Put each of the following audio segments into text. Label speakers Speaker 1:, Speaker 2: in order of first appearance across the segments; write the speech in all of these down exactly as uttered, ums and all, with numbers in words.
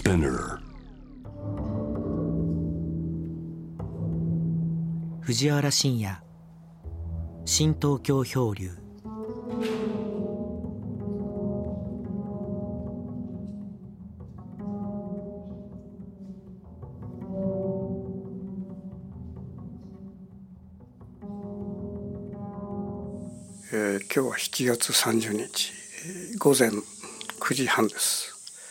Speaker 1: Spinner
Speaker 2: 藤原信也新東京漂流。
Speaker 3: えー、今日はしちがつさんじゅうにち午前くじはんです。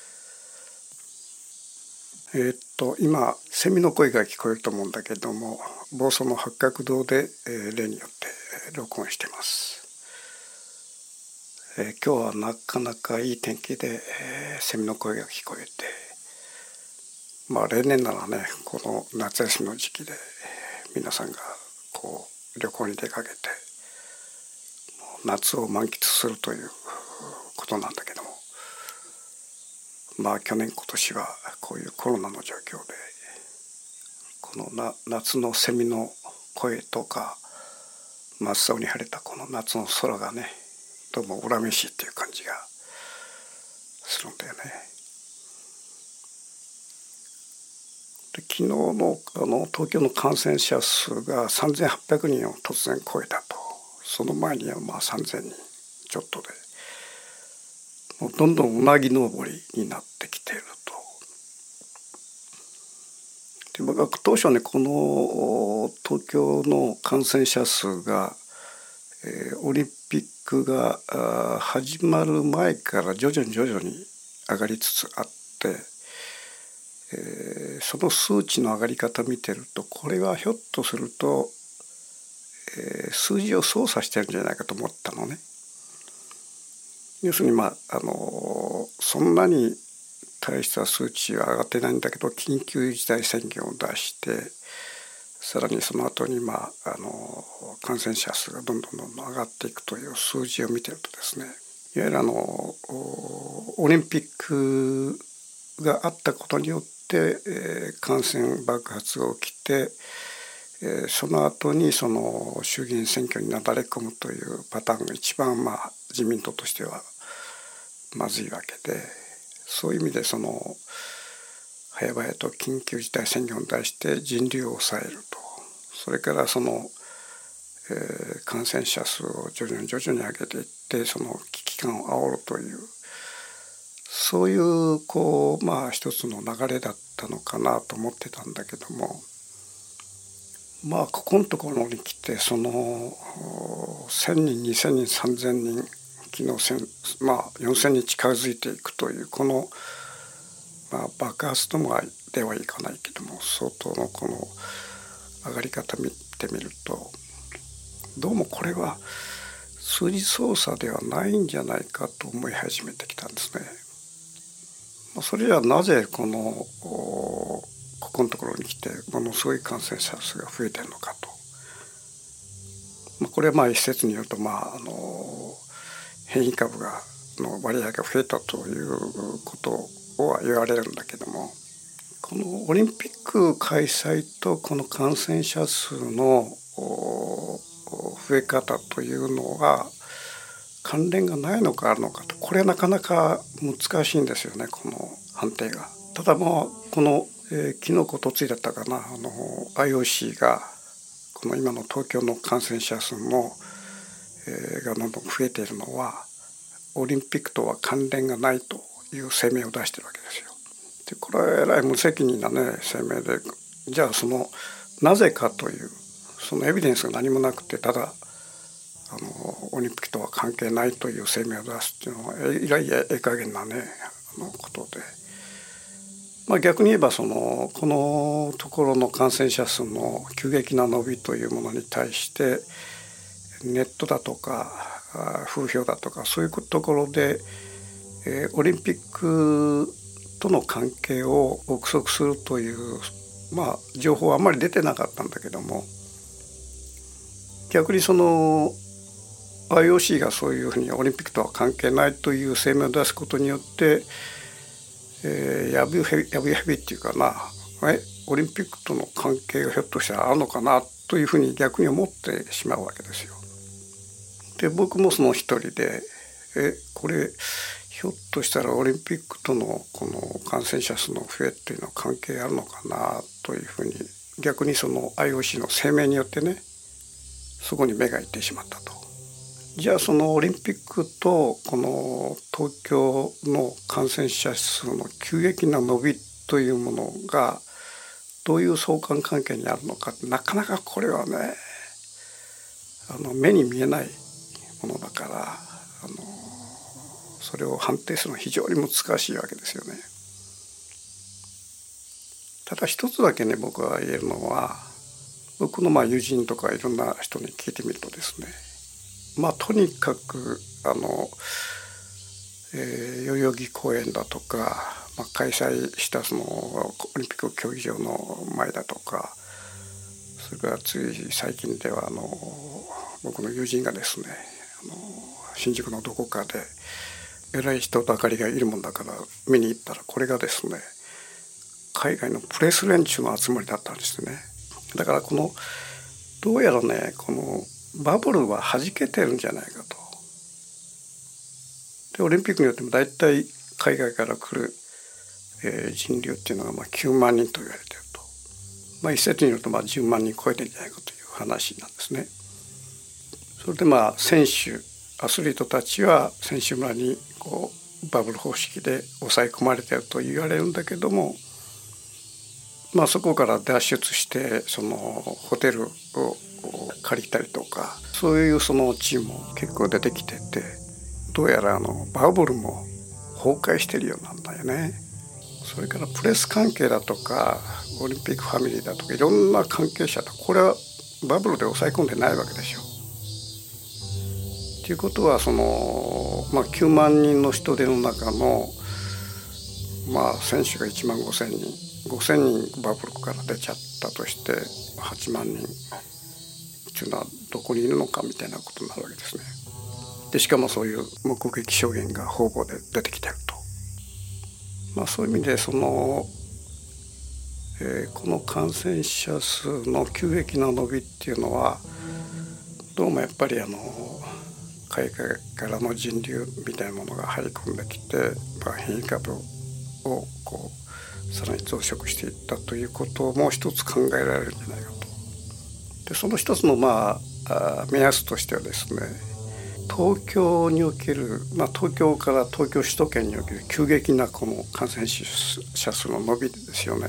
Speaker 3: えー、っと今セミの声が聞こえると思うんだけども、房総の八角堂で、えー、例によって録音しています。えー、今日はなかなかいい天気で、えー、セミの声が聞こえて、まあ例年ならね、この夏休みの時期で、えー、皆さんがこう旅行に出かけて夏を満喫するということなんだけども、まあ去年今年はこういうコロナの状況でこのな夏のセミの声とか真っ青に晴れたこの夏の空がね、どうも恨めしいっていう感じがするんだよね。で昨日のあの東京の感染者数がさんぜんはっぴゃくにんを突然超えたと。その前にはまあさんぜんにんちょっとで、もうどんどんうなぎ登りになってきていると。で僕は当初ね、この東京の感染者数が、えー、オリンピックが始まる前から徐々に徐々に上がりつつあって、えー、その数値の上がり方見てると、これはひょっとするとえー、数字を操作してるんじゃないかと思ったのね。要するにまあ、あのー、そんなに大した数値は上がってないんだけど、緊急事態宣言を出して、さらにその後にまあ、あのー、感染者数がどんどんどんどん上がっていくという数字を見てるとですね、いわゆるあのオリンピックがあったことによって、えー、感染爆発が起きて、その後にその衆議院選挙になだれ込むというパターンが一番まあ自民党としてはまずいわけで、そういう意味でその早々と緊急事態宣言を出して人流を抑えると、それからその、えー、感染者数を徐々に徐々に上げていって、その危機感を煽るという、そういうこうまあ一つの流れだったのかなと思ってたんだけども、まあここのところに来てそのせんにんにせんにんさんぜんにん、昨日まあよんせんにん近づいていくというこの、まあ、爆発ともではいかないけども相当のこの上がり方見てみると、どうもこれは数字操作ではないんじゃないかと思い始めてきたんですね。まあ、それじゃあなぜこのここのところに来てものすごい感染者数が増えてるのかと、まあ、これはまあ一説によると、まあ、あの変異株がの割合が増えたということは言われるんだけども、このオリンピック開催とこの感染者数の増え方というのは関連がないのかあるのかと、これはなかなか難しいんですよね、この判定が。ただまあこのえー、昨日おとついだったかな、あの アイオーシー がこの今の東京の感染者数も、えー、がどんどん増えているのはオリンピックとは関連がないという声明を出しているわけですよ。でこれはえらい無責任なね声明で、じゃあそのなぜかというそのエビデンスが何もなくて、ただあのオリンピックとは関係ないという声明を出すっていうのはえらいええ加減なねあのことで。まあ、逆に言えばそのこのところの感染者数の急激な伸びというものに対してネットだとか風評だとかそういうところで、えー、オリンピックとの関係を憶測するという、まあ、情報はあんまり出てなかったんだけども、逆にその アイオーシー がそういうふうにオリンピックとは関係ないという声明を出すことによってえー、やぶへびやぶやびっていうかな、えオリンピックとの関係がひょっとしたらあるのかなというふうに逆に思ってしまうわけですよ。で僕もその一人でえこれひひょっとしたらオリンピックとのこの感染者数の増えっていうのは関係あるのかなというふうに、逆にその アイオーシー の声明によってね、そこに目がいってしまったと。じゃあそのオリンピックとこの東京の感染者数の急激な伸びというものがどういう相関関係にあるのかって、なかなかこれはね、あの目に見えないものだから、あのそれを判定するのは非常に難しいわけですよね。ただ一つだけね、僕は言えるのは、僕のまあ友人とかいろんな人に聞いてみるとですね、まあとにかくあの、えー、代々木公園だとか、まあ、開催したそのオリンピック競技場の前だとか、それからつい最近ではあの僕の友人がですね、あの新宿のどこかで偉い人ばかりがいるもんだから見に行ったら、これがですね、海外のプレス連中の集まりだったんですね。だからこのどうやらね、このバブルは弾けてるんじゃないかと。でオリンピックによっても大体海外から来る、えー、人流っていうのがまあきゅうまんにんと言われていると。まあ、一説によるとまあじゅうまんにん超えてるんじゃないかという話なんですね。それでまあ選手アスリートたちは選手村にこうバブル方式で抑え込まれていると言われるんだけども、まあ、そこから脱出してそのホテルを借りたりとか、そういうそのチームも結構出てきてて、どうやらあのバブルも崩壊してるようなんだよね。それからプレス関係だとかオリンピックファミリーだとかいろんな関係者と、これはバブルで抑え込んでないわけでしょ。ということはその、まあ、きゅうまんにんの人手の中の、まあ、選手がいちまんごせんにんごせんにんバブルから出ちゃったとして、はちまんにんっていうのはどこにいるのかみたいなことになるわけですね。でしかもそういう目撃証言が方々で出てきてると。まあ、そういう意味でその、えー、この感染者数の急激な伸びっていうのは、どうもやっぱりあの海外からの人流みたいなものが入り込んできて、まあ、変異株をこうさらに増殖していったということも一つ考えられるんじゃないかと。でその一つのまあ目安としてはですね、東京における、まあ、東京から東京首都圏における急激なこの感染者数の伸びですよね。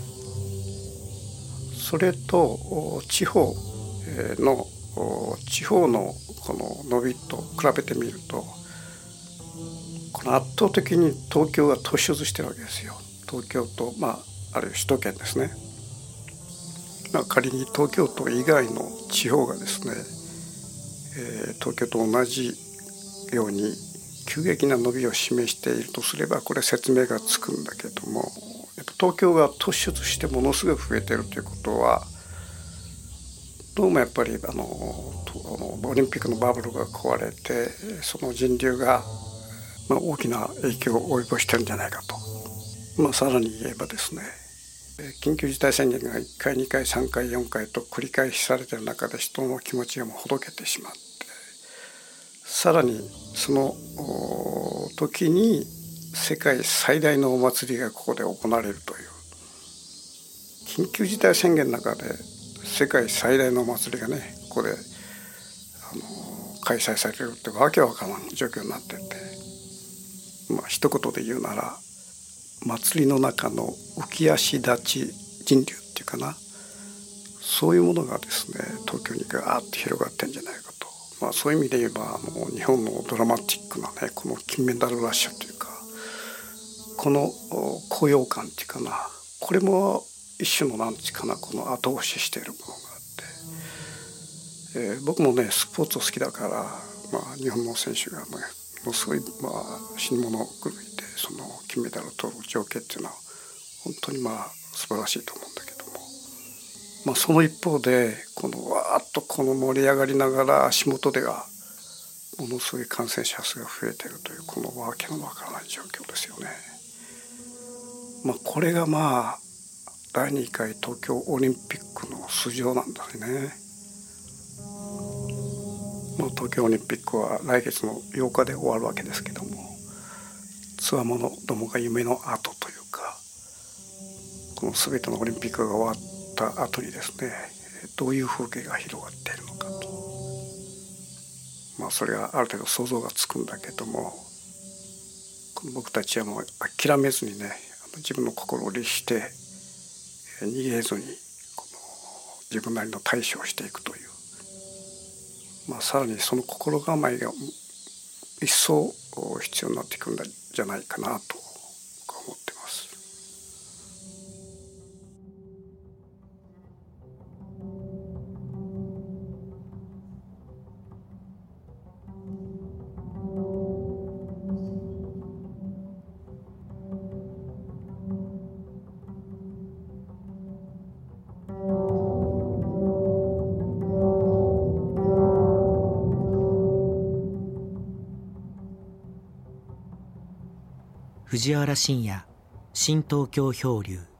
Speaker 3: それと地方の地方のこの伸びと比べてみると、この圧倒的に東京が突出してるわけですよ。東京と、まあ、あるいは首都圏ですね。まあ、仮に東京都以外の地方がですね、えー、東京と同じように急激な伸びを示しているとすれば、これ説明がつくんだけども、やっぱ東京が突出してものすごく増えているということは、どうもやっぱりあのオリンピックのバブルが壊れて、その人流が、まあ、大きな影響を及ぼしてるんじゃないかと。まあ、さらに言えばですね、緊急事態宣言がいっかいにかいさんかいよんかいと繰り返しされている中で、人の気持ちがもうほどけてしまって、さらにその時に世界最大のお祭りがここで行われるという、緊急事態宣言の中で世界最大のお祭りがね、ここであの開催されるってわけわからん状況になってて、まあ一言で言うなら、祭りの中の浮き足立ち人流っていうかな、そういうものがですね、東京にガーッと広がってんじゃないかと。まあ、そういう意味で言えば、あの日本のドラマチックなね、この金メダルラッシュというか、この高揚感っていうかな、これも一種のなんていうかな、この後押ししているものがあって、えー、僕もねスポーツ好きだから、まあ、日本の選手がねものすごい、まあ、死に物狂いでその金メダルを取る条件っていうのは本当にまあ素晴らしいと思うんだけども、まあ、その一方でこのわーっとこの盛り上がりながら足元ではものすごい感染者数が増えているという、このわけのわからない状況ですよね。まあ、これがまあだいにかい東京オリンピックの素性なんだね。もう東京オリンピックは来月のようかで終わるわけですけども、 つわものどもが夢の後というか、この全てのオリンピックが終わった後にですね、どういう風景が広がっているのかと、まあそれはある程度想像がつくんだけども、この僕たちはもう諦めずにね、自分の心を律して逃げずにこの自分なりの対処をしていくという、まあ、さらにその心構えが一層必要になってくるんじゃないかなと僕は思ってます。
Speaker 2: 藤原信也、新東京漂流。